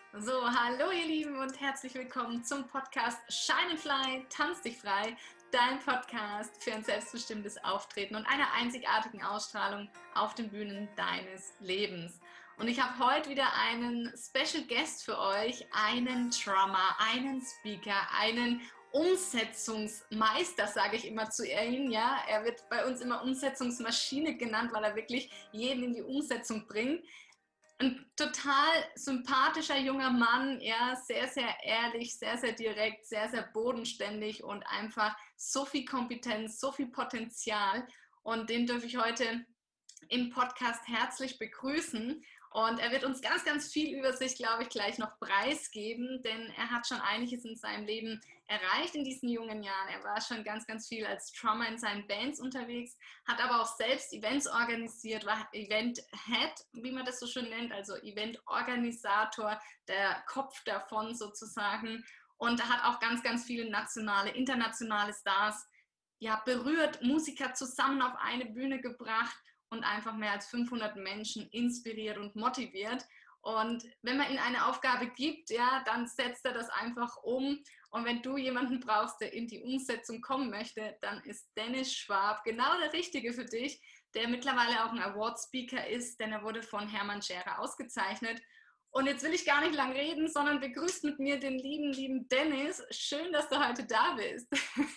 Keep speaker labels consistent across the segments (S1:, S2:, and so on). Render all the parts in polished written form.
S1: So, hallo ihr Lieben und herzlich willkommen zum Podcast Shine and Fly, tanz dich frei, dein Podcast für ein selbstbestimmtes Auftreten und einer einzigartigen Ausstrahlung auf den Bühnen deines Lebens. Und ich habe heute wieder einen Special Guest für euch, einen Drummer, einen Speaker, einen Umsetzungsmeister, sage ich immer zu ihm. Ja, er wird bei uns immer Umsetzungsmaschine genannt, weil er wirklich jeden in die Umsetzung bringt. Ein total sympathischer junger Mann, ja, sehr, sehr ehrlich, sehr, sehr direkt, sehr, sehr bodenständig und einfach so viel Kompetenz, so viel Potenzial. Und den darf ich heute im Podcast herzlich begrüßen. Und er wird uns ganz, ganz viel über sich, glaube ich, gleich noch preisgeben, denn er hat schon einiges in seinem Leben erreicht in diesen jungen Jahren. Er war schon ganz, ganz viel als Drummer in seinen Bands unterwegs, hat aber auch selbst Events organisiert, war Event-Head, wie man das so schön nennt, also Event-Organisator, der Kopf davon sozusagen. Und hat auch ganz, ganz viele nationale, internationale Stars ja, berührt, Musiker zusammen auf eine Bühne gebracht und einfach mehr als 500 Menschen inspiriert und motiviert. Und wenn man ihm eine Aufgabe gibt, ja, dann setzt er das einfach um. Und wenn du jemanden brauchst, der in die Umsetzung kommen möchte, dann ist Dennis Schwab genau der Richtige für dich, der mittlerweile auch ein Award-Speaker ist, denn er wurde von Hermann Scherer ausgezeichnet. Und jetzt will ich gar nicht lang reden, sondern begrüßt mit mir den lieben, lieben Dennis. Schön, dass du heute da bist.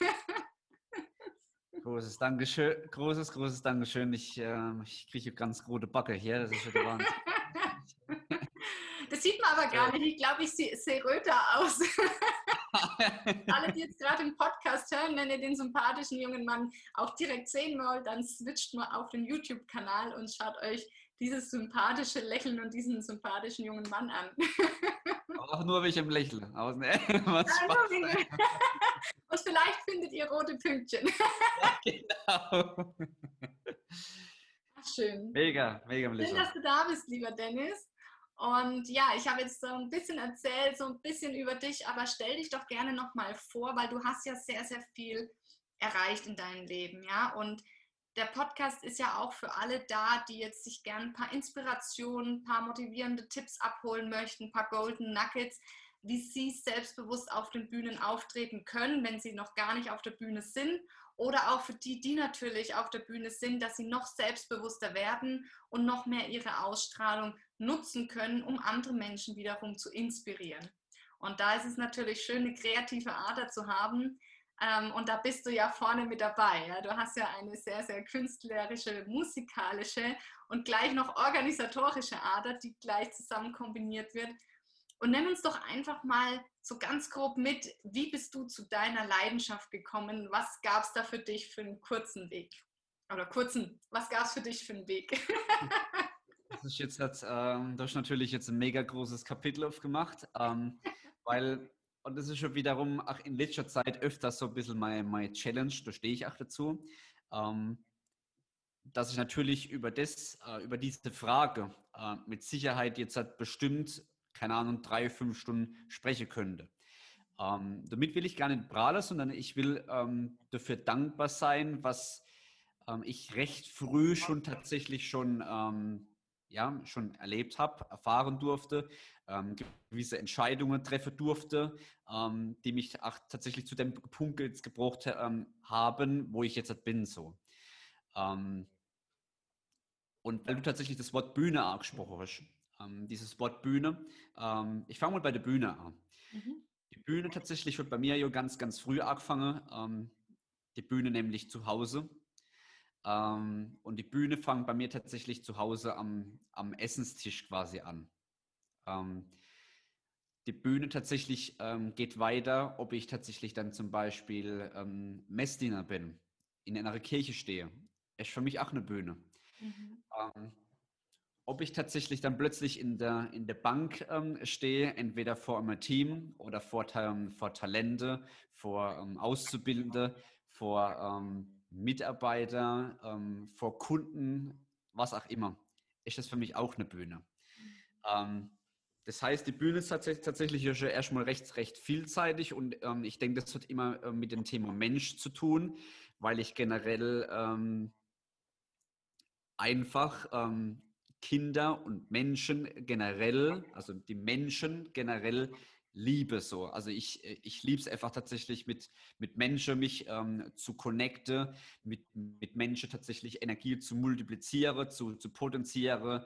S2: Großes Dankeschön, großes Dankeschön. Ich kriege ganz rote Backe hier, das ist schon der Wahnsinn.
S1: Das sieht man aber gar nicht. Ich glaube, ich sehe röter aus. Alle, die jetzt gerade im Podcast hören, wenn ihr den sympathischen jungen Mann auch direkt sehen wollt, dann switcht mal auf den YouTube-Kanal und schaut euch dieses sympathische Lächeln und diesen sympathischen jungen Mann an.
S2: Auch nur, wenn ich im Lächle. Aber ne, was Spaß.
S1: Und vielleicht findet ihr rote Pünktchen.
S2: Ja, genau.
S1: Ach, schön.
S2: Mega, mega
S1: Schön,
S2: Melissa.
S1: dass du da bist, lieber Dennis. Und ja, ich habe jetzt so ein bisschen erzählt, so ein bisschen über dich, aber stell dich doch gerne nochmal vor, weil du hast ja sehr, sehr viel erreicht in deinem Leben, ja. Und der Podcast ist ja auch für alle da, die jetzt sich gerne ein paar Inspirationen, ein paar motivierende Tipps abholen möchten, ein paar Golden Nuggets, wie sie selbstbewusst auf den Bühnen auftreten können, wenn sie noch gar nicht auf der Bühne sind. Oder auch für die, die natürlich auf der Bühne sind, dass sie noch selbstbewusster werden und noch mehr ihre Ausstrahlung nutzen können, um andere Menschen wiederum zu inspirieren. Und da ist es natürlich schön, eine kreative Ader zu haben. Und da bist du ja vorne mit dabei. Ja? Du hast ja eine sehr, sehr künstlerische, musikalische und gleich noch organisatorische Ader, die gleich zusammen kombiniert wird. Und nenn uns doch einfach mal so ganz grob mit, wie bist du zu deiner Leidenschaft gekommen? Was gab es da für dich für einen kurzen Weg? Oder was gab es für dich für einen Weg?
S2: Das ist jetzt, das ist natürlich jetzt ein mega großes Kapitel aufgemacht, und das ist schon wiederum auch in letzter Zeit öfters so ein bisschen meine Challenge, da stehe ich auch dazu, dass ich natürlich über diese Frage mit Sicherheit jetzt halt bestimmt, keine Ahnung, 3, 5 Stunden sprechen könnte. Damit will ich gar nicht prahlen, sondern ich will dafür dankbar sein, was ich recht früh schon tatsächlich schon erlebt habe, erfahren durfte, gewisse Entscheidungen treffen durfte, die mich auch tatsächlich zu dem Punkt jetzt gebracht haben, wo ich jetzt bin so. Und weil du tatsächlich das Wort Bühne angesprochen hast, dieses Wort Bühne, ich fange mal bei der Bühne an.
S1: Mhm.
S2: Die Bühne tatsächlich wird bei mir ja ganz, ganz früh angefangen. Die Bühne nämlich zu Hause. Und die Bühne fängt bei mir tatsächlich zu Hause am Essenstisch quasi an. Die Bühne tatsächlich geht weiter, ob ich tatsächlich dann zum Beispiel Messdiener bin, in einer Kirche stehe. Ist für mich auch eine Bühne.
S1: Mhm.
S2: Ähm, Ob ich tatsächlich dann plötzlich in der Bank stehe, entweder vor einem Team oder vor Talente, vor Auszubildende, vor Mitarbeiter, vor Kunden, was auch immer, ist das für mich auch eine Bühne. Ähm, Das heißt, die Bühne ist tatsächlich ja schon erstmal recht vielseitig und ich denke, das hat immer mit dem Thema Mensch zu tun, weil ich generell einfach Kinder und Menschen generell, also die Menschen generell liebe so. Also ich liebe es einfach tatsächlich mit Menschen mich zu connecten, mit Menschen tatsächlich Energie zu multiplizieren, zu potenzieren,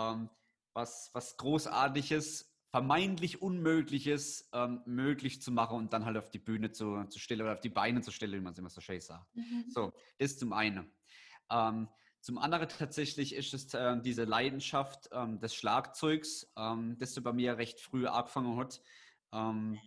S2: was Großartiges, vermeintlich Unmögliches möglich zu machen und dann halt auf die Bühne zu stellen oder auf die Beine zu stellen, wie man es immer so schön sagt.
S1: Mhm.
S2: So, das zum einen. Ähm, Zum anderen tatsächlich ist es diese Leidenschaft des Schlagzeugs, das so bei mir recht früh angefangen hat. Ähm,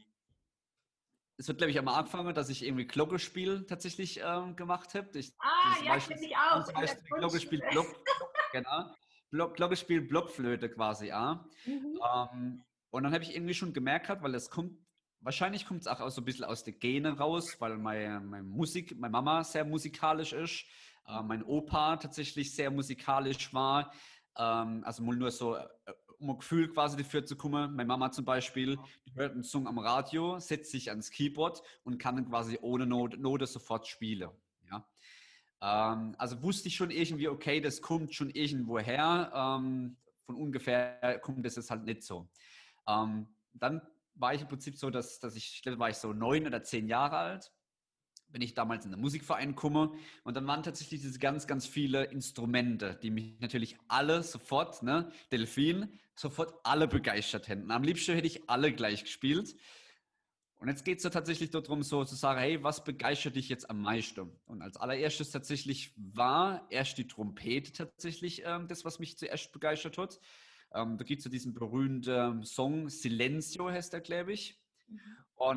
S2: Es wird, glaube ich, am Anfang, dass ich irgendwie Glockenspiel tatsächlich gemacht habe.
S1: Ah,
S2: Das
S1: ja,
S2: weißt du,
S1: kenne ich
S2: kann
S1: auch
S2: zum
S1: in der
S2: Beispiel Glockenspiel
S1: Grundschule.
S2: Genau. Glockenspiel Blockflöte quasi, ja.
S1: Mhm.
S2: Und dann habe ich irgendwie schon gemerkt gehabt, weil wahrscheinlich kommt es auch so ein bisschen aus den Genen raus, weil meine Mama sehr musikalisch ist, mein Opa tatsächlich sehr musikalisch war. Also mal nur so, um ein Gefühl quasi dafür zu kommen. Meine Mama zum Beispiel, die hört einen Song am Radio, setzt sich ans Keyboard und kann dann quasi ohne Note sofort spielen. Ja? Also wusste ich schon irgendwie, okay, das kommt schon irgendwo her. Von ungefähr kommt das jetzt halt nicht so. Dann war ich im Prinzip so, da war ich so 9 oder 10 Jahre alt, bin ich damals in den Musikverein komme und dann waren tatsächlich diese ganz, ganz viele Instrumente, die mich natürlich alle sofort, ne, Delfin, sofort alle begeistert hätten. Am liebsten hätte ich alle gleich gespielt. Und jetzt geht es ja tatsächlich darum, so zu sagen, hey, was begeistert dich jetzt am meisten? Und als allererstes tatsächlich war erst die Trompete tatsächlich das, was mich zuerst begeistert hat. Da gibt es ja diesen berühmten Song, Silencio heißt der, glaube ich.
S1: Mhm.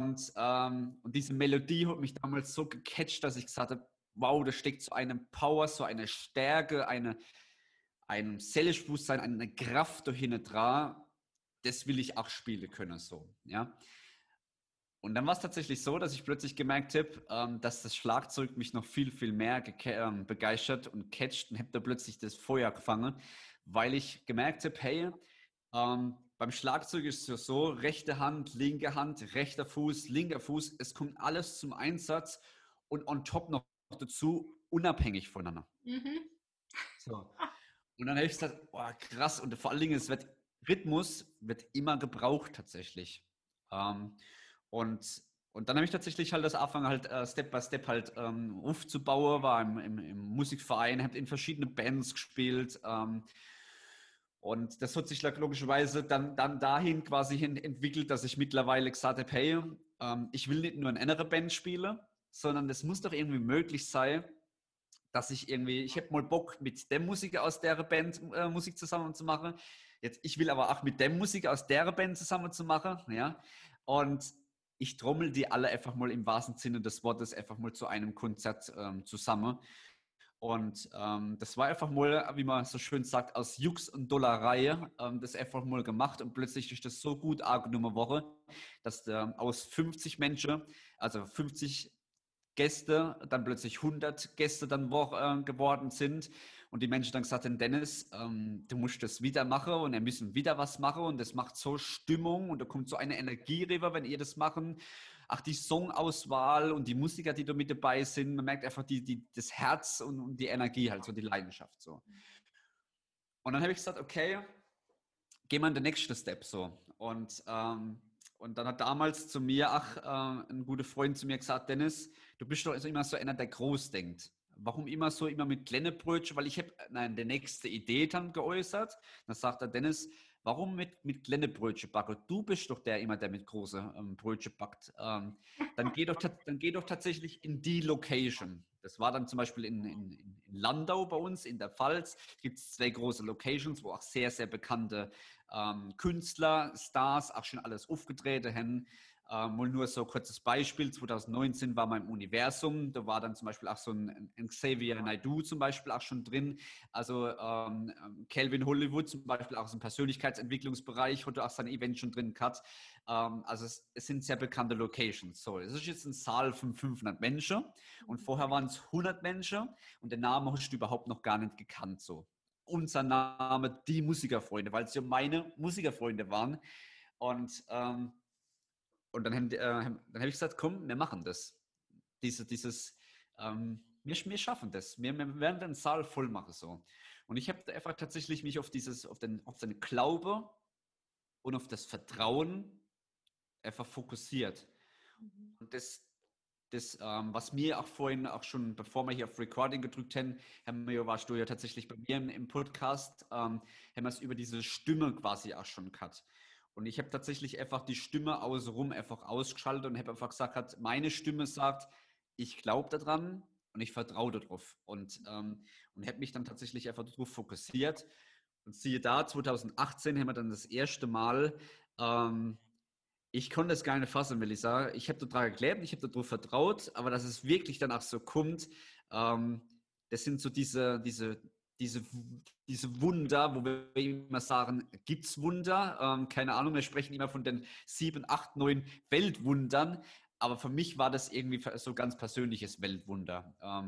S2: Und diese Melodie hat mich damals so gecatcht, dass ich gesagt habe, wow, da steckt so eine Power, so eine Stärke, ein Selbstbewusstsein, eine Kraft dahinter dran. Das will ich auch spielen können, so, ja. Und dann war es tatsächlich so, dass ich plötzlich gemerkt habe, dass das Schlagzeug mich noch viel, viel mehr begeistert und catcht und habe da plötzlich das Feuer gefangen, weil ich gemerkt habe, hey, beim Schlagzeug ist es ja so, rechte Hand, rechter Fuß, linker Fuß, es kommt alles zum Einsatz und on top noch dazu unabhängig voneinander.
S1: Mhm.
S2: So. Und dann habe ich gesagt, boah, krass, und vor allen Dingen, Rhythmus wird immer gebraucht tatsächlich. Ähm, und dann habe ich tatsächlich halt das angefangen, halt Step by Step halt aufzubauen, war im Musikverein, habe in verschiedene Bands gespielt. Und das hat sich logischerweise dann dahin quasi hin entwickelt, dass ich mittlerweile gesagt habe, hey, ich will nicht nur in einer Band spielen, sondern es muss doch irgendwie möglich sein, dass ich habe mal Bock, mit dem Musiker aus der Band Musik zusammen zu machen. Jetzt, ich will aber auch mit dem Musiker aus der Band zusammen zu machen, ja. Und ich trommel die alle einfach mal im wahrsten Sinne des Wortes einfach mal zu einem Konzert zusammen. Und das war einfach mal, wie man so schön sagt, aus Jux und Dollerei das einfach mal gemacht und plötzlich ist das so gut angenommen worden, dass aus 50 Menschen, also 50 Gäste, dann plötzlich 100 Gäste dann geworden sind und die Menschen dann gesagt haben, Dennis, du musst das wieder machen und wir müssen wieder was machen und das macht so Stimmung und da kommt so eine Energie rüber, wenn ihr das machen. Ach, die Songauswahl und die Musiker, die da mit dabei sind, man merkt einfach das Herz und die Energie halt, so die Leidenschaft so. Und dann habe ich gesagt, okay, gehen wir in den nächsten Step so. Und dann hat damals zu mir, ein guter Freund zu mir gesagt, Dennis, du bist doch also immer so einer, der groß denkt. Warum immer mit kleinen Brötchen? Weil ich habe die nächste Idee dann geäußert. Dann sagt er, Dennis, warum mit kleinen Brötchen backen? Du bist doch der immer, der mit großen Brötchen backt. Dann geh doch tatsächlich in die Location. Das war dann zum Beispiel in Landau bei uns, in der Pfalz. Gibt es zwei große Locations, wo auch sehr, sehr bekannte Künstler, Stars, auch schon alles aufgetreten haben. Mal nur so ein kurzes Beispiel. 2019 war man im Universum. Da war dann zum Beispiel auch so ein Xavier Naidoo zum Beispiel auch schon drin. Also Calvin Hollywood zum Beispiel auch aus dem Persönlichkeitsentwicklungsbereich hat auch sein Event schon drin gehabt. Also es sind sehr bekannte Locations. So, es ist jetzt ein Saal von 500 Menschen und vorher waren es 100 Menschen und den Namen hast du überhaupt noch gar nicht gekannt. So unser Name, die Musikerfreunde, weil es ja meine Musikerfreunde waren. Und, ähm, und dann habe ich gesagt, komm, wir machen das. Dieses, wir schaffen das. Wir werden den Saal voll machen so. Und ich habe einfach tatsächlich mich auf den Glaube und auf das Vertrauen einfach fokussiert.
S1: Mhm.
S2: Und was mir auch vorhin, auch schon bevor wir hier auf Recording gedrückt warst du ja tatsächlich bei mir im Podcast, haben wir es über diese Stimme quasi auch schon gehabt. Und ich habe tatsächlich einfach die Stimme außenrum einfach ausgeschaltet und habe einfach gesagt, meine Stimme sagt, ich glaube daran und ich vertraue darauf. Und habe mich dann tatsächlich einfach darauf fokussiert. Und siehe da, 2018 haben wir dann das erste Mal ich konnte es gar nicht fassen, will ich sagen. Ich habe daran geglaubt, ich habe darauf vertraut, aber dass es wirklich danach so kommt, ähm, das sind so diese, diese Wunder, wo wir immer sagen, gibt es Wunder? Keine Ahnung, wir sprechen immer von den 7, 8, 9 Weltwundern, aber für mich war das irgendwie so ein ganz persönliches Weltwunder.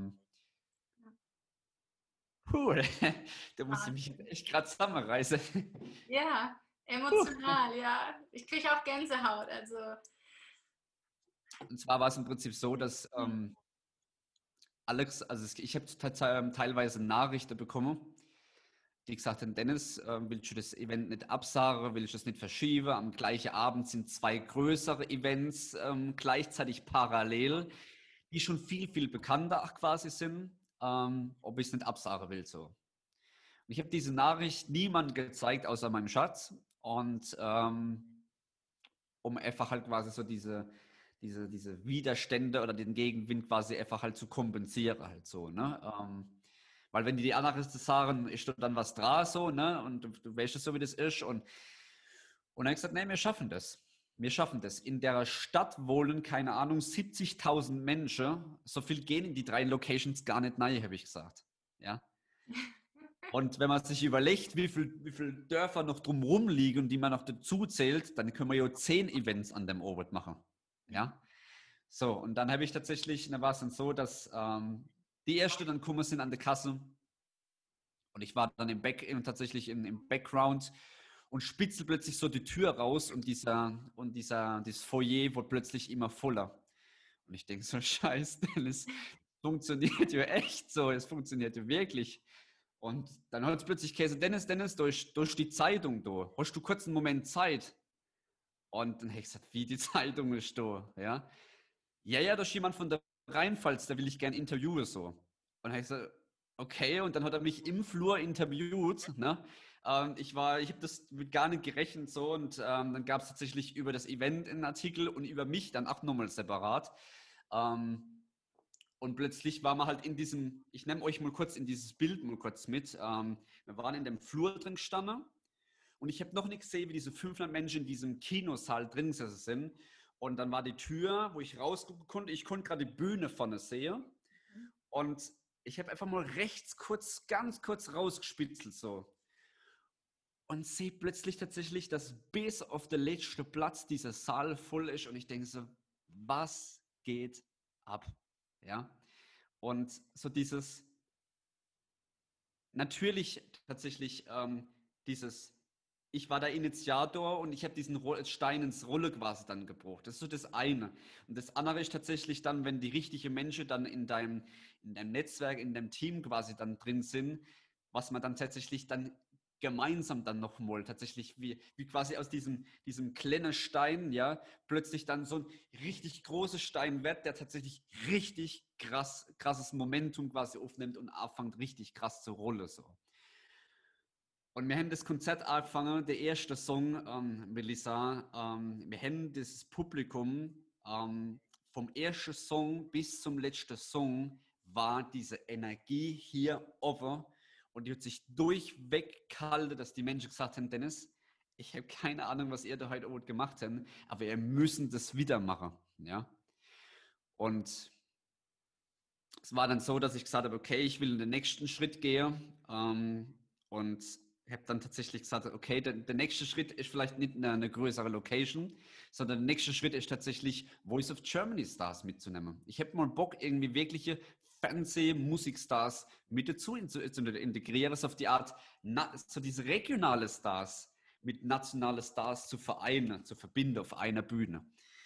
S2: Puh, da muss ich mich
S1: Wahnsinn.
S2: echt gerade zusammenreißen.
S1: Ja,
S2: Puh.
S1: emotional, ja. Ich kriege auch Gänsehaut. Also,
S2: Und zwar war es im Prinzip so, dass Alex, ich habe teilweise Nachrichten bekommen, die gesagt haben, Dennis, willst du das Event nicht absagen, willst du das nicht verschieben? Am gleichen Abend sind zwei größere Events gleichzeitig parallel, die schon viel, viel bekannter auch quasi sind, ob ich es nicht absagen will. So. Und ich habe diese Nachricht niemandem gezeigt, außer meinem Schatz. Und um einfach halt quasi so diese Widerstände oder den Gegenwind quasi einfach halt zu kompensieren halt so, ne? Weil wenn die anderen sagen, ist dann was dran so, ne? Und du weißt es so, wie das ist. Und dann habe ich gesagt, nee, wir schaffen das. Wir schaffen das. In der Stadt wohnen, keine Ahnung, 70.000 Menschen. So viel gehen in die drei Locations gar nicht rein, habe ich gesagt. Ja. Und wenn man sich überlegt, wie viel Dörfer noch drumherum liegen und die man noch dazu zählt, dann können wir ja 10 Events an dem Orbit machen. Ja. So, und dann habe ich tatsächlich, da war es dann so, dass die erste dann gekommen sind an der Kasse und ich war dann tatsächlich im Background und spitzel plötzlich so die Tür raus und dieses Foyer wurde plötzlich immer voller. Und ich denke so, scheiße, das funktioniert ja echt so, es funktioniert ja wirklich. Und dann hat es plötzlich Käse, Dennis, durch die Zeitung da. Hast du kurz einen Moment Zeit? Und dann habe ich gesagt, wie die Zeitung ist da, ja? Ja, da ist jemand von der Rheinpfalz, da will ich gern interviewen, so. Und dann habe ich gesagt, okay, und dann hat er mich im Flur interviewt, ne? Ich habe das mit gar nicht gerechnet, so, und dann gab es tatsächlich über das Event einen Artikel und über mich dann auch nochmal separat. Ähm, und plötzlich waren wir halt in diesem, ich nehme euch mal kurz in dieses Bild mal kurz mit. Wir waren in dem Flur drin gestanden und ich habe noch nicht gesehen, wie diese 500 Menschen in diesem Kinosaal drin sind. Und dann war die Tür, wo ich rausgucken konnte. Ich konnte gerade die Bühne vorne sehen. Und ich habe einfach mal rechts kurz, ganz kurz rausgespitzelt so. Und sehe plötzlich tatsächlich, dass bis auf den letzten Platz dieser Saal voll ist. Und ich denke so, was geht ab? Ja. Und so natürlich tatsächlich ich war der Initiator und ich habe diesen Stein ins Rolle quasi dann gebraucht. Das ist so das eine. Und das andere ist tatsächlich dann, wenn die richtigen Menschen dann in deinem Netzwerk, in deinem Team quasi dann drin sind, was man dann tatsächlich dann gemeinsam dann nochmal tatsächlich wie quasi aus diesem kleinen Stein, ja, plötzlich dann so ein richtig großer Stein wird, der tatsächlich richtig krasses Momentum quasi aufnimmt und anfängt richtig krass zu rollen so. Und wir haben das Konzert angefangen, der erste Song, will ich sagen, wir haben das Publikum vom ersten Song bis zum letzten Song war diese Energie hier offen und die hat sich durchweg gehalten, dass die Menschen gesagt haben, Dennis, ich habe keine Ahnung, was ihr da heute Abend gemacht habt, aber wir müssen das wieder machen. Ja? Und es war dann so, dass ich gesagt habe, okay, ich will in den nächsten Schritt gehen und habe dann tatsächlich gesagt, okay, der nächste Schritt ist vielleicht nicht eine größere Location, sondern der nächste Schritt ist tatsächlich Voice of Germany Stars mitzunehmen. Ich habe mal Bock, irgendwie wirkliche Fernseh-Musikstars mit dazu zu integrieren, so auf die Art, so diese regionale Stars mit nationalen Stars zu vereinen, zu verbinden auf einer Bühne.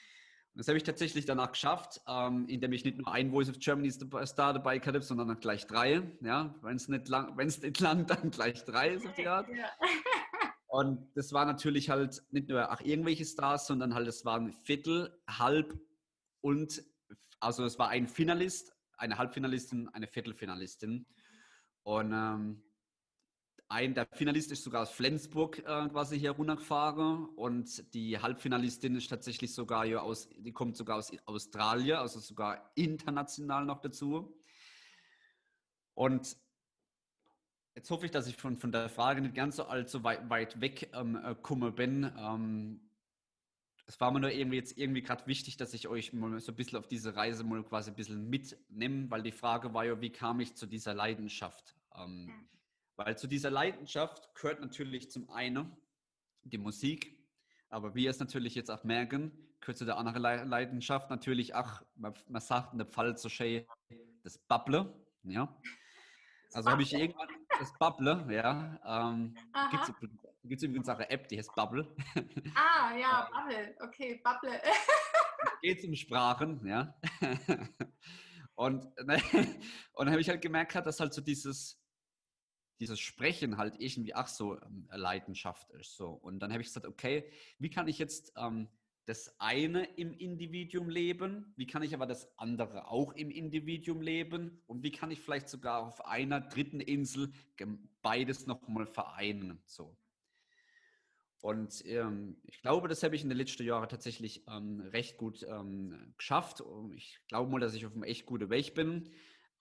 S2: Das habe ich tatsächlich danach geschafft, indem ich nicht nur ein Voice of Germany Star dabei hatte, sondern dann gleich 3. Ja, wenn es nicht lang, dann gleich 3 ist auf die Art.
S1: Ja.
S2: Und das war natürlich halt nicht nur irgendwelche Stars, sondern halt es waren Viertel, Halb und, also es war ein Finalist, eine Halbfinalistin, eine Viertelfinalistin. Und der Finalist ist sogar aus Flensburg quasi hier runtergefahren und die Halbfinalistin ist tatsächlich sogar hier die kommt sogar aus Australien, also sogar international noch dazu. Und jetzt hoffe ich, dass ich von der Frage nicht ganz so allzu weit weg komme bin. Es war mir nur irgendwie gerade wichtig, dass ich euch mal so ein bisschen auf diese Reise mal quasi ein bisschen mitnehme, weil die Frage war ja, wie kam ich zu dieser Leidenschaft? Weil zu dieser Leidenschaft gehört natürlich zum einen die Musik, aber wie ihr es natürlich jetzt auch merken, gehört zu der anderen Leidenschaft natürlich auch, man sagt in der Pfalz so schön, das Babble, ja. Also habe ich irgendwann das Bubble, ja. Gibt
S1: Aha.
S2: es übrigens auch eine App, die heißt Bubble.
S1: Ah, ja, Bubble. Okay, Bubble.
S2: Geht um Sprachen, ja. Und, und dann habe ich halt gemerkt, dass halt so dieses Sprechen halt irgendwie auch so eine Leidenschaft ist. So. Und dann habe ich gesagt, okay, wie kann ich jetzt das eine im Individuum leben? Wie kann ich aber das andere auch im Individuum leben? Und wie kann ich vielleicht sogar auf einer dritten Insel beides nochmal vereinen? So. Und ich glaube, das habe ich in den letzten Jahren tatsächlich recht gut geschafft. Und ich glaube mal, dass ich auf einem echt guten Weg bin.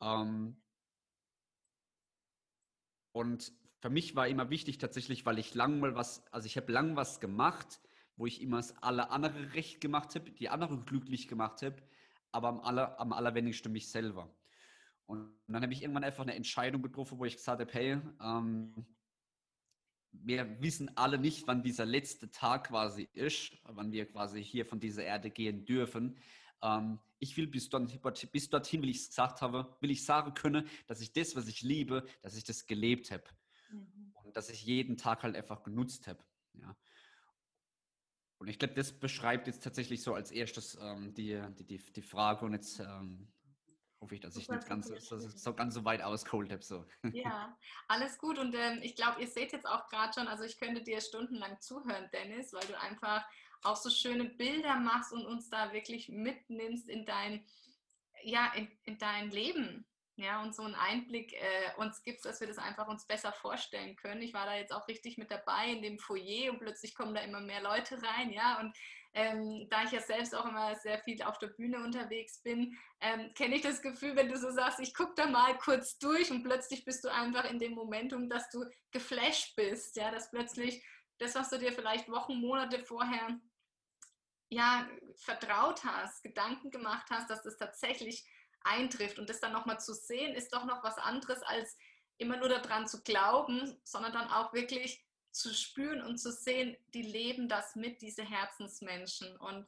S2: Und für mich war immer wichtig tatsächlich, weil ich ich habe lang was gemacht, wo ich immer alle andere recht gemacht habe, die anderen glücklich gemacht habe, aber am allerwenigsten mich selber. Und dann habe ich irgendwann einfach eine Entscheidung getroffen, wo ich gesagt habe, hey, wir wissen alle nicht, wann dieser letzte Tag quasi ist, wann wir quasi hier von dieser Erde gehen dürfen. Ich will bis dorthin, will ich gesagt habe, will ich sagen können, dass ich das, was ich liebe, dass ich das gelebt habe.
S1: Mhm.
S2: Und dass ich jeden Tag halt einfach genutzt habe. Ja. Und ich glaube, das beschreibt jetzt tatsächlich so als erstes die Frage und jetzt hoffe ich, dass ich
S1: Super,
S2: nicht
S1: super schön.
S2: ganz so weit ausgeholt habe. So.
S1: Ja, alles gut. Und ich glaube, ihr seht jetzt auch gerade schon, also ich könnte dir stundenlang zuhören, Dennis, weil du einfach auch so schöne Bilder machst und uns da wirklich mitnimmst in in dein Leben. Ja, und so einen Einblick uns gibst, dass wir das einfach uns besser vorstellen können. Ich war da jetzt auch richtig mit dabei in dem Foyer und plötzlich kommen da immer mehr Leute rein, ja, und da ich ja selbst auch immer sehr viel auf der Bühne unterwegs bin, kenne ich das Gefühl, wenn du so sagst, ich gucke da mal kurz durch und plötzlich bist du einfach in dem Momentum, dass du geflasht bist, ja, dass plötzlich das, was du dir vielleicht Wochen, Monate vorher ja, vertraut hast, Gedanken gemacht hast, dass das tatsächlich eintrifft. Und das dann nochmal zu sehen, ist doch noch was anderes, als immer nur daran zu glauben, sondern dann auch wirklich zu spüren und zu sehen, die leben das mit, diese Herzensmenschen. Und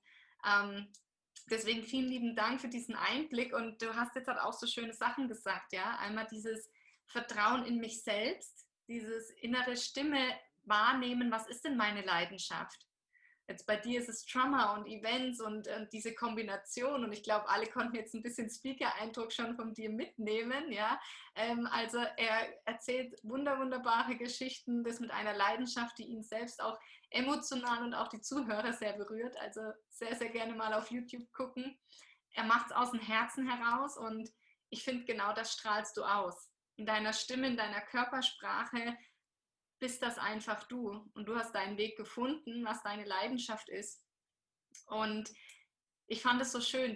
S1: deswegen vielen lieben Dank für diesen Einblick. Und du hast jetzt halt auch so schöne Sachen gesagt, ja. Einmal dieses Vertrauen in mich selbst, dieses innere Stimme wahrnehmen, was ist denn meine Leidenschaft? Jetzt bei dir ist es Drummer und Events und diese Kombination und ich glaube, alle konnten jetzt ein bisschen Speaker-Eindruck schon von dir mitnehmen, ja. Also er erzählt wunderbare Geschichten, das mit einer Leidenschaft, die ihn selbst auch emotional und auch die Zuhörer sehr berührt. Also sehr gerne mal auf YouTube gucken. Er macht es aus dem Herzen heraus und ich finde, genau das strahlst du aus. In deiner Stimme, in deiner Körpersprache, bist das einfach du und du hast deinen Weg gefunden, was deine Leidenschaft ist. Und ich fand es so schön,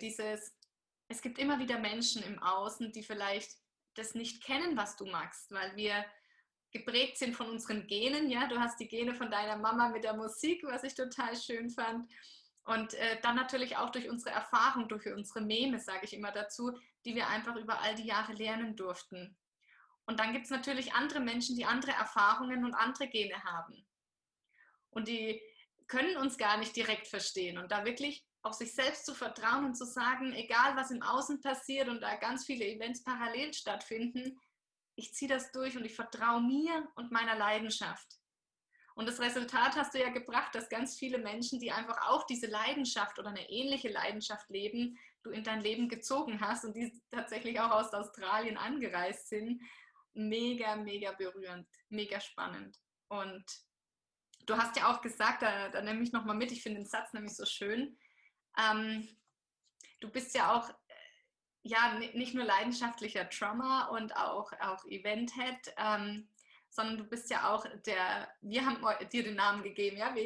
S1: es gibt immer wieder Menschen im Außen, die vielleicht das nicht kennen, was du magst, weil wir geprägt sind von unseren Genen, ja, du hast die Gene von deiner Mama mit der Musik, was ich total schön fand. Und dann natürlich auch durch unsere Erfahrung, durch unsere Meme, sage ich immer dazu, die wir einfach über all die Jahre lernen durften. Und dann gibt es natürlich andere Menschen, die andere Erfahrungen und andere Gene haben. Und die können uns gar nicht direkt verstehen. Und da wirklich auf sich selbst zu vertrauen und zu sagen, egal was im Außen passiert und da ganz viele Events parallel stattfinden, ich ziehe das durch und ich vertraue mir und meiner Leidenschaft. Und das Resultat hast du ja gebracht, dass ganz viele Menschen, die einfach auch diese Leidenschaft oder eine ähnliche Leidenschaft leben, du in dein Leben gezogen hast und die tatsächlich auch aus Australien angereist sind. Mega, mega berührend, mega spannend. Und du hast ja auch gesagt, da nehme ich nochmal mit, ich finde den Satz nämlich so schön. Ähm, Du bist ja auch ja, nicht nur leidenschaftlicher Drummer und auch Event-Head, sondern du bist ja auch wir haben dir den Namen gegeben, ja,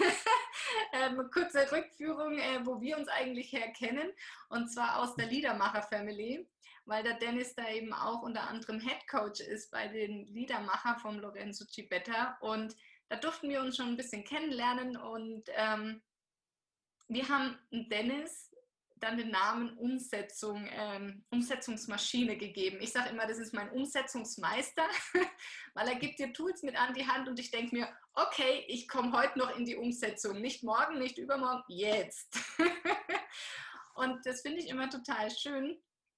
S1: kurze Rückführung, wo wir uns eigentlich herkennen, und zwar aus der Liedermacher-Family, weil der Dennis da eben auch unter anderem Head Coach ist bei den Liedermacher vom Lorenzo Cibetta, und da durften wir uns schon ein bisschen kennenlernen, und wir haben Dennis dann den Namen Umsetzungsmaschine gegeben. Ich sage immer, das ist mein Umsetzungsmeister, weil er gibt dir Tools mit an die Hand und ich denke mir, okay, ich komme heute noch in die Umsetzung. Nicht morgen, nicht übermorgen, jetzt. Und das finde ich immer total schön.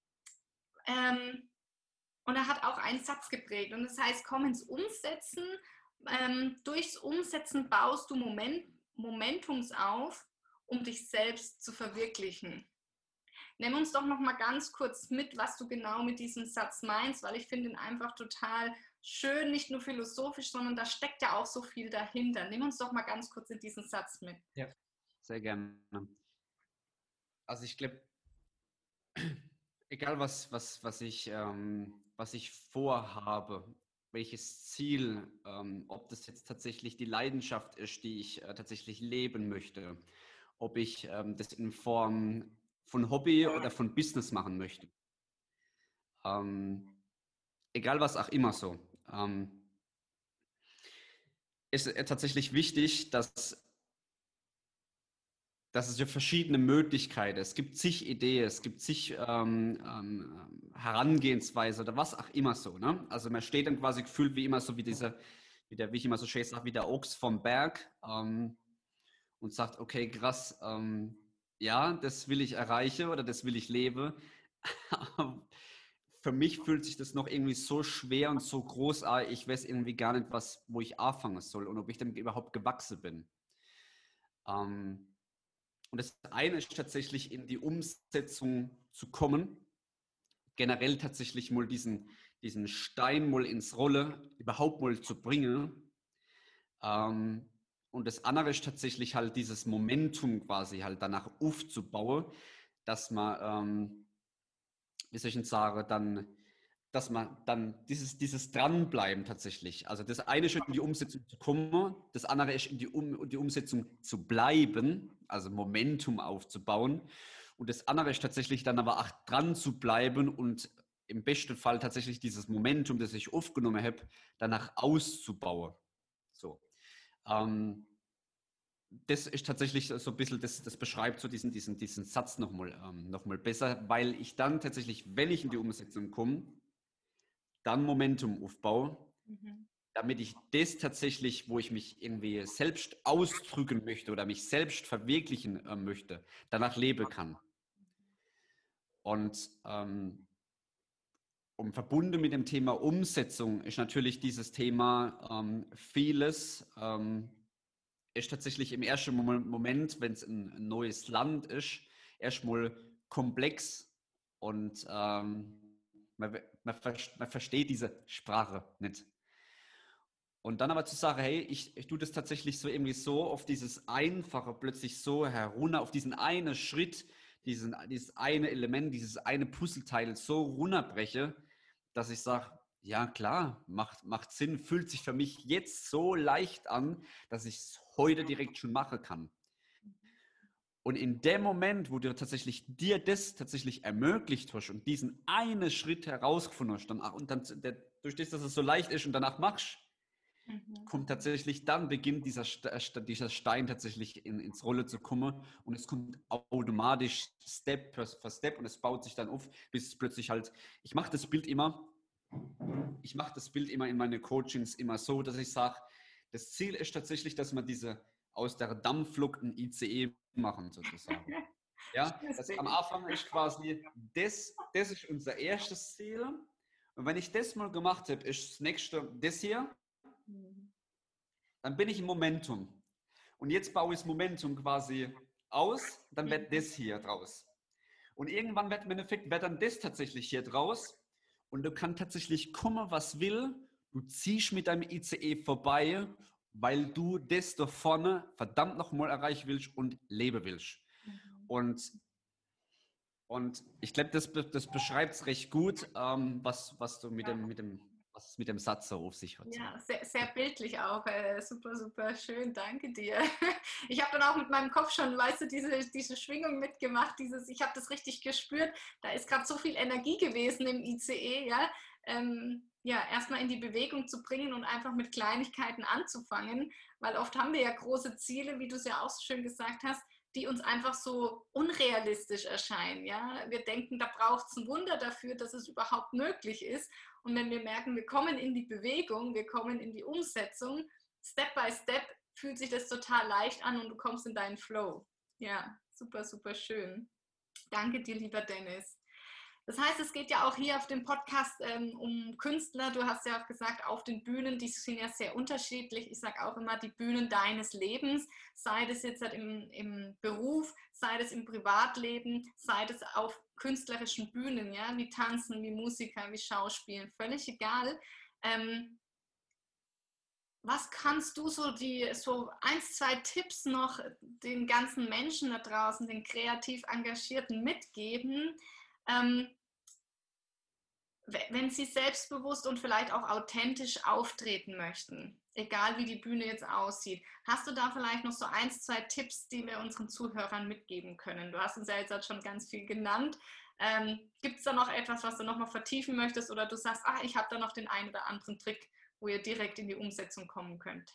S1: Und er hat auch einen Satz geprägt und das heißt, komm ins Umsetzen. Durchs Umsetzen baust du Momentums auf, um dich selbst zu verwirklichen. Nimm uns doch noch mal ganz kurz mit, was du genau mit diesem Satz meinst, weil ich finde ihn einfach total schön, nicht nur philosophisch, sondern da steckt ja auch so viel dahinter. Nimm uns doch mal ganz kurz in diesen Satz mit.
S2: Ja, sehr gerne. Also ich glaube, egal was ich vorhabe, welches Ziel, ob das jetzt tatsächlich die Leidenschaft ist, die ich tatsächlich leben möchte, ob ich das in Form von Hobby oder von Business machen möchte. Egal was auch immer so. Ist tatsächlich wichtig, dass es ja verschiedene Möglichkeiten, es gibt zig Ideen, es gibt zig Herangehensweise oder was auch immer so. Ne? Also man steht dann quasi gefühlt wie immer so wie ich immer so schön sage, wie der Ochs vom Berg und sagt, okay, krass, ja, das will ich erreichen oder das will ich leben. Für mich fühlt sich das noch irgendwie so schwer und so großartig, ich weiß irgendwie gar nicht, wo ich anfangen soll und ob ich damit überhaupt gewachsen bin. Und das eine ist tatsächlich in die Umsetzung zu kommen, generell tatsächlich mal diesen Stein mal ins Rolle überhaupt mal zu bringen. Und das andere ist tatsächlich halt dieses Momentum quasi halt danach aufzubauen, dass man, wie soll ich denn sagen, dass man dann dieses Dranbleiben tatsächlich, also das eine ist in die Umsetzung zu kommen, das andere ist in die Umsetzung zu bleiben, also Momentum aufzubauen, und das andere ist tatsächlich dann aber auch dran zu bleiben und im besten Fall tatsächlich dieses Momentum, das ich aufgenommen habe, danach auszubauen. So. Das ist tatsächlich so ein bisschen, das beschreibt so diesen Satz noch mal besser, weil ich dann tatsächlich, wenn ich in die Umsetzung komme, dann Momentum aufbaue, damit ich das tatsächlich, wo ich mich irgendwie selbst ausdrücken möchte oder mich selbst verwirklichen möchte, danach leben kann. Und verbunden mit dem Thema Umsetzung ist natürlich dieses Thema vieles, ist tatsächlich im ersten Moment, wenn es ein neues Land ist, erstmal komplex und man versteht diese Sprache nicht. Und dann aber zu sagen, hey, ich tue das tatsächlich so irgendwie so auf dieses Einfache plötzlich so herunter, auf diesen einen Schritt, dieses eine Element, dieses eine Puzzleteil so runterbreche, dass ich sage, ja klar, macht Sinn, fühlt sich für mich jetzt so leicht an, dass ich es heute direkt schon machen kann. Und in dem Moment, wo du tatsächlich dir das tatsächlich ermöglicht hast und diesen einen Schritt herausgefunden hast, durch das, dass es so leicht ist und danach machst, kommt tatsächlich dann, beginnt dieser Stein tatsächlich ins Rolle zu kommen und es kommt automatisch Step für Step und es baut sich dann auf, bis es plötzlich halt, ich mache das Bild immer in meine Coachings immer so, dass ich sage, das Ziel ist tatsächlich, dass man aus der Dampflok ein ICE machen sozusagen. Ja, das am Anfang ist quasi, das ist unser erstes Ziel und wenn ich das mal gemacht habe, ist das nächste das hier. dann bin ich im Momentum. Und jetzt baue ich das Momentum quasi aus, dann wird das hier draus. Und irgendwann wird im Endeffekt wird dann das tatsächlich hier draus. Und du kannst tatsächlich kommen, was will. Du ziehst mit deinem ICE vorbei, weil du das da vorne verdammt nochmal erreichen willst und leben willst. Und, und ich glaube, das beschreibt es recht gut, was du was es mit dem Satz so auf sich hat. So.
S1: Ja, sehr, sehr bildlich auch. Super, super schön. Danke dir. Ich habe dann auch mit meinem Kopf schon, weißt du, diese Schwingung mitgemacht. Ich habe das richtig gespürt. Da ist gerade so viel Energie gewesen im ICE, ja. Ja, erstmal in die Bewegung zu bringen und einfach mit Kleinigkeiten anzufangen, weil oft haben wir ja große Ziele, wie du es ja auch so schön gesagt hast, die uns einfach so unrealistisch erscheinen. Ja? Wir denken, da braucht es ein Wunder dafür, dass es überhaupt möglich ist. Und wenn wir merken, wir kommen in die Bewegung, wir kommen in die Umsetzung, Step by Step fühlt sich das total leicht an und du kommst in deinen Flow. Ja, super, super schön. Danke dir, lieber Dennis. Das heißt, es geht ja auch hier auf dem Podcast um Künstler. Du hast ja auch gesagt, auf den Bühnen, die sind ja sehr unterschiedlich. Ich sage auch immer, die Bühnen deines Lebens, sei das jetzt halt im Beruf, sei das im Privatleben, sei das auf künstlerischen Bühnen, ja, wie Tanzen, wie Musiker, wie Schauspielen, völlig egal. Was kannst du so eins, zwei Tipps noch den ganzen Menschen da draußen, den kreativ Engagierten mitgeben, ähm, wenn sie selbstbewusst und vielleicht auch authentisch auftreten möchten, egal wie die Bühne jetzt aussieht? Hast du da vielleicht noch so eins, zwei Tipps, die wir unseren Zuhörern mitgeben können? Du hast uns ja jetzt schon ganz viel genannt. Gibt es da noch etwas, was du noch mal vertiefen möchtest, oder du sagst, ich habe da noch den einen oder anderen Trick, wo ihr direkt in die Umsetzung kommen könnt?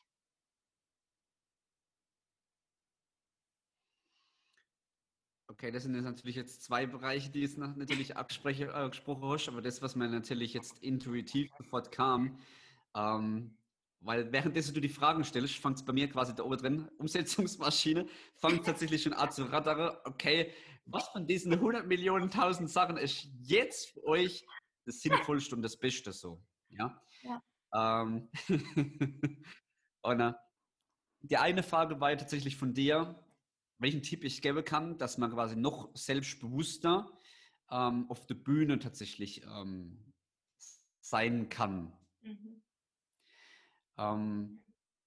S2: Okay, das sind jetzt natürlich jetzt zwei Bereiche, die jetzt natürlich gesprochen hast, aber das, was mir natürlich jetzt intuitiv sofort kam, weil währenddessen du die Fragen stellst, fängt es bei mir quasi da oben drin, Umsetzungsmaschine, fängt tatsächlich schon an zu rattern. Okay, was von diesen 100 Millionen, 1000 Sachen ist jetzt für euch das Sinnvollste und das Beste so? Ja.
S1: Ja.
S2: Ähm, und die eine Frage war ja tatsächlich von dir, welchen Tipp ich geben kann, dass man quasi noch selbstbewusster auf der Bühne tatsächlich sein kann.
S1: Mhm.
S2: Ähm,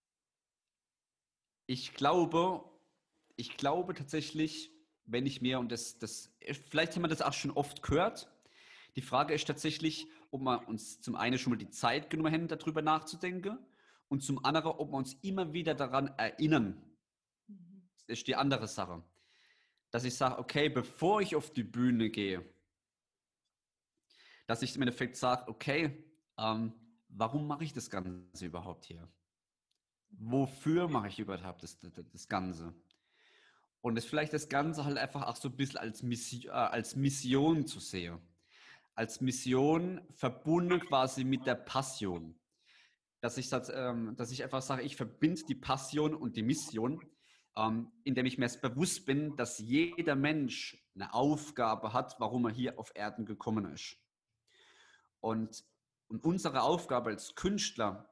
S2: ich glaube, ich glaube tatsächlich, wenn ich mir, und vielleicht haben wir das auch schon oft gehört, die Frage ist tatsächlich, ob wir uns zum einen schon mal die Zeit genommen haben, darüber nachzudenken, und zum anderen, ob wir uns immer wieder daran erinnern.
S1: Mhm.
S2: Das ist die andere Sache. Dass ich sage, okay, bevor ich auf die Bühne gehe, dass ich im Endeffekt sage, okay, warum mache ich das Ganze überhaupt hier? Wofür mache ich überhaupt das Ganze? Und das vielleicht das Ganze halt einfach auch so ein bisschen als Mission zu sehen. Als Mission verbunden quasi mit der Passion. Dass ich einfach sage, ich verbinde die Passion und die Mission, indem ich mir bewusst bin, dass jeder Mensch eine Aufgabe hat, warum er hier auf Erden gekommen ist. Und, und unsere Aufgabe als Künstler,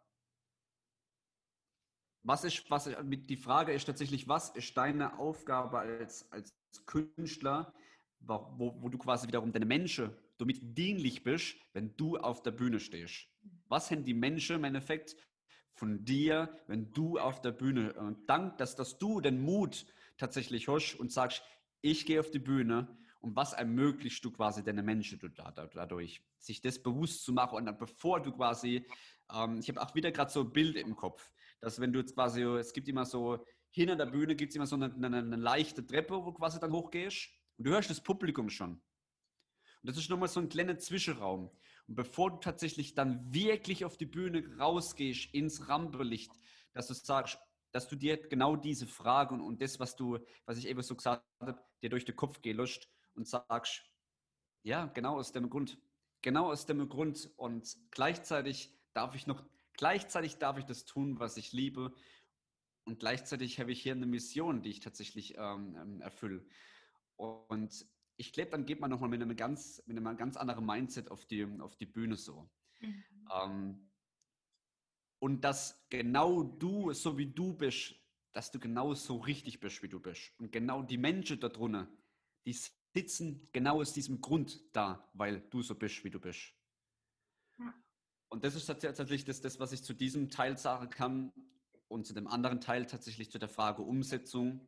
S2: die Frage ist tatsächlich, was ist deine Aufgabe als Künstler, wo du quasi wiederum deine Menschen damit dienlich bist, wenn du auf der Bühne stehst? Was sind die Menschen im Endeffekt von dir, wenn du auf der Bühne, dank, dass du den Mut tatsächlich hast und sagst, ich gehe auf die Bühne, und was ermöglicht du quasi deine Menschen dadurch, sich das bewusst zu machen, und dann bevor du quasi, ich habe auch wieder gerade so ein Bild im Kopf, dass wenn du jetzt quasi, es gibt immer so, hinter der Bühne gibt es immer so eine leichte Treppe, wo du quasi dann hochgehst, und du hörst das Publikum schon. Und das ist nochmal so ein kleiner Zwischenraum. Und bevor du tatsächlich dann wirklich auf die Bühne rausgehst, ins Rampenlicht, dass du sagst, dass du dir genau diese Fragen und das, was ich eben so gesagt habe, dir durch den Kopf gehen lässt und sagst, ja, genau aus dem Grund, und gleichzeitig darf ich das tun, was ich liebe, und gleichzeitig habe ich hier eine Mission, die ich tatsächlich erfülle. Und ich glaube, dann geht man nochmal mit einem ganz anderen Mindset auf die Bühne so.
S1: Mhm.
S2: Ähm, Und dass genau du, so wie du bist, dass du genau so richtig bist, wie du bist. Und genau die Menschen da drinnen, die sitzen genau aus diesem Grund da, weil du so bist, wie du bist.
S1: Ja.
S2: Und das ist tatsächlich das, was ich zu diesem Teil sagen kann. Und zu dem anderen Teil tatsächlich zu der Frage Umsetzung.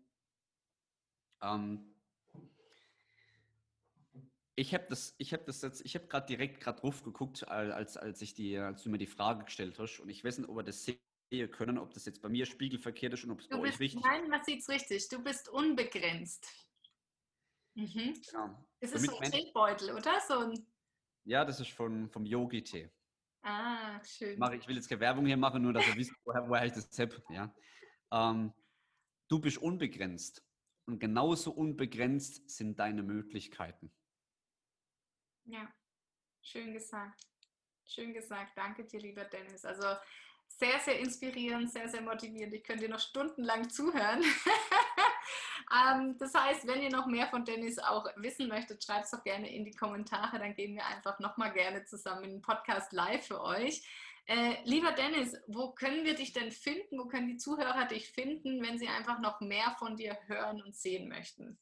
S2: Ich habe gerade direkt drauf geguckt, als du mir die Frage gestellt hast. Und ich weiß nicht, ob wir das sehen können, ob das jetzt bei mir spiegelverkehrt ist und ob es bei euch richtig ist.
S1: Nein, man sieht es richtig. Du bist unbegrenzt. Mhm.
S2: Genau.
S1: Es
S2: Für
S1: ist so
S2: mich,
S1: ein Teebeutel, oder? So ein.
S2: ja, das ist vom Yogi-Tee.
S1: Schön.
S2: Ich will jetzt keine Werbung hier machen, nur dass ihr wisst, woher ich das habe. Ja? Ähm, Du bist unbegrenzt. Und genauso unbegrenzt sind deine Möglichkeiten.
S1: Ja, schön gesagt. Schön gesagt. Danke dir, lieber Dennis. Also sehr, sehr inspirierend, sehr, sehr motivierend. Ich könnte dir noch stundenlang zuhören. Das heißt, wenn ihr noch mehr von Dennis auch wissen möchtet, schreibt es doch gerne in die Kommentare. Dann gehen wir einfach nochmal gerne zusammen in den Podcast live für euch. Lieber Dennis, wo können wir dich denn finden? Wo können die Zuhörer dich finden, wenn sie einfach noch mehr von dir hören und sehen möchten?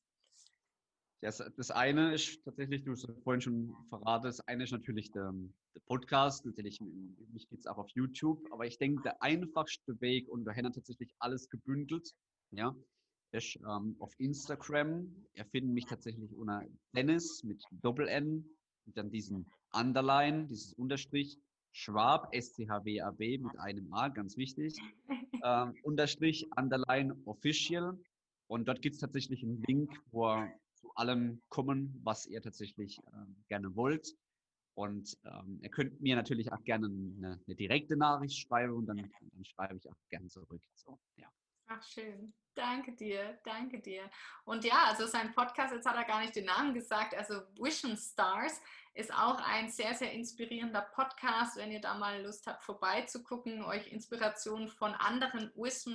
S2: Das eine ist tatsächlich, du hast es vorhin schon verraten, das eine ist natürlich der Podcast, natürlich, mich gibt es auch auf YouTube, aber ich denke, der einfachste Weg, und da haben wir tatsächlich alles gebündelt, ja, ist auf Instagram. Ihr findet mich tatsächlich unter Dennis mit Doppel-N und dann diesen Underline, dieses Unterstrich, Schwab, SCHWAB mit einem A, ganz wichtig, Unterstrich, Underline, Official. Und dort gibt es tatsächlich einen Link, wo ihr zu allem kommen, was ihr tatsächlich gerne wollt. Und ihr könnt mir natürlich auch gerne eine direkte Nachricht schreiben und dann schreibe ich auch gerne zurück. So, ja.
S1: Ach, schön. Danke dir, danke dir. Und ja, also sein Podcast, jetzt hat er gar nicht den Namen gesagt, also Vision Stars ist auch ein sehr, sehr inspirierender Podcast. Wenn ihr da mal Lust habt, vorbeizugucken, euch Inspirationen von anderen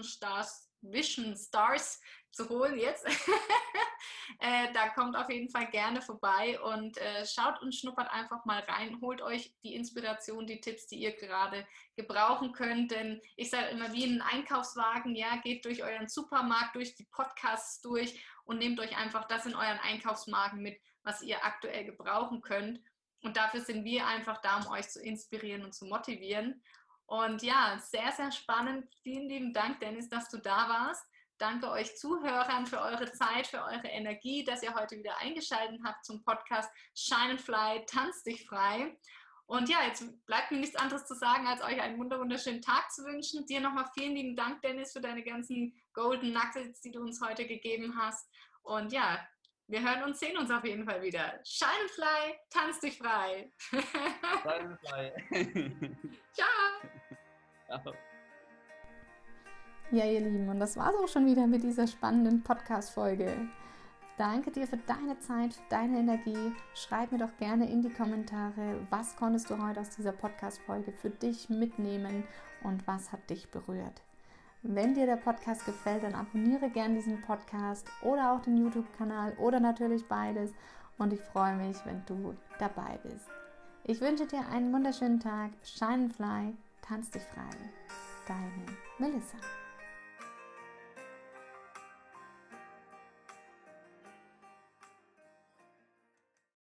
S1: Vision Stars zu holen jetzt. Da kommt auf jeden Fall gerne vorbei und schaut und schnuppert einfach mal rein. Holt euch die Inspiration, die Tipps, die ihr gerade gebrauchen könnt. Denn ich sage immer, wie ein Einkaufswagen, ja, geht durch euren Supermarkt, durch die Podcasts durch und nehmt euch einfach das in euren Einkaufswagen mit, was ihr aktuell gebrauchen könnt. Und dafür sind wir einfach da, um euch zu inspirieren und zu motivieren. Und ja, sehr, sehr spannend. Vielen lieben Dank, Dennis, dass du da warst. Danke euch Zuhörern für eure Zeit, für eure Energie, dass ihr heute wieder eingeschaltet habt zum Podcast Shine and Fly, tanz dich frei. Und ja, jetzt bleibt mir nichts anderes zu sagen, als euch einen wunderschönen Tag zu wünschen. Dir nochmal vielen lieben Dank, Dennis, für deine ganzen Golden Nuggets, die du uns heute gegeben hast. Und ja, wir hören und sehen uns auf jeden Fall wieder. Shine and Fly, tanz dich frei.
S2: Shine and Fly.
S1: Ciao.
S2: Ciao.
S3: Ja, ihr Lieben, und das war es auch schon wieder mit dieser spannenden Podcast-Folge. Danke dir für deine Zeit, für deine Energie. Schreib mir doch gerne in die Kommentare, was konntest du heute aus dieser Podcast-Folge für dich mitnehmen und was hat dich berührt. Wenn dir der Podcast gefällt, dann abonniere gerne diesen Podcast oder auch den YouTube-Kanal oder natürlich beides. Und ich freue mich, wenn du dabei bist. Ich wünsche dir einen wunderschönen Tag. Shine and Fly, tanz dich frei. Deine Melissa.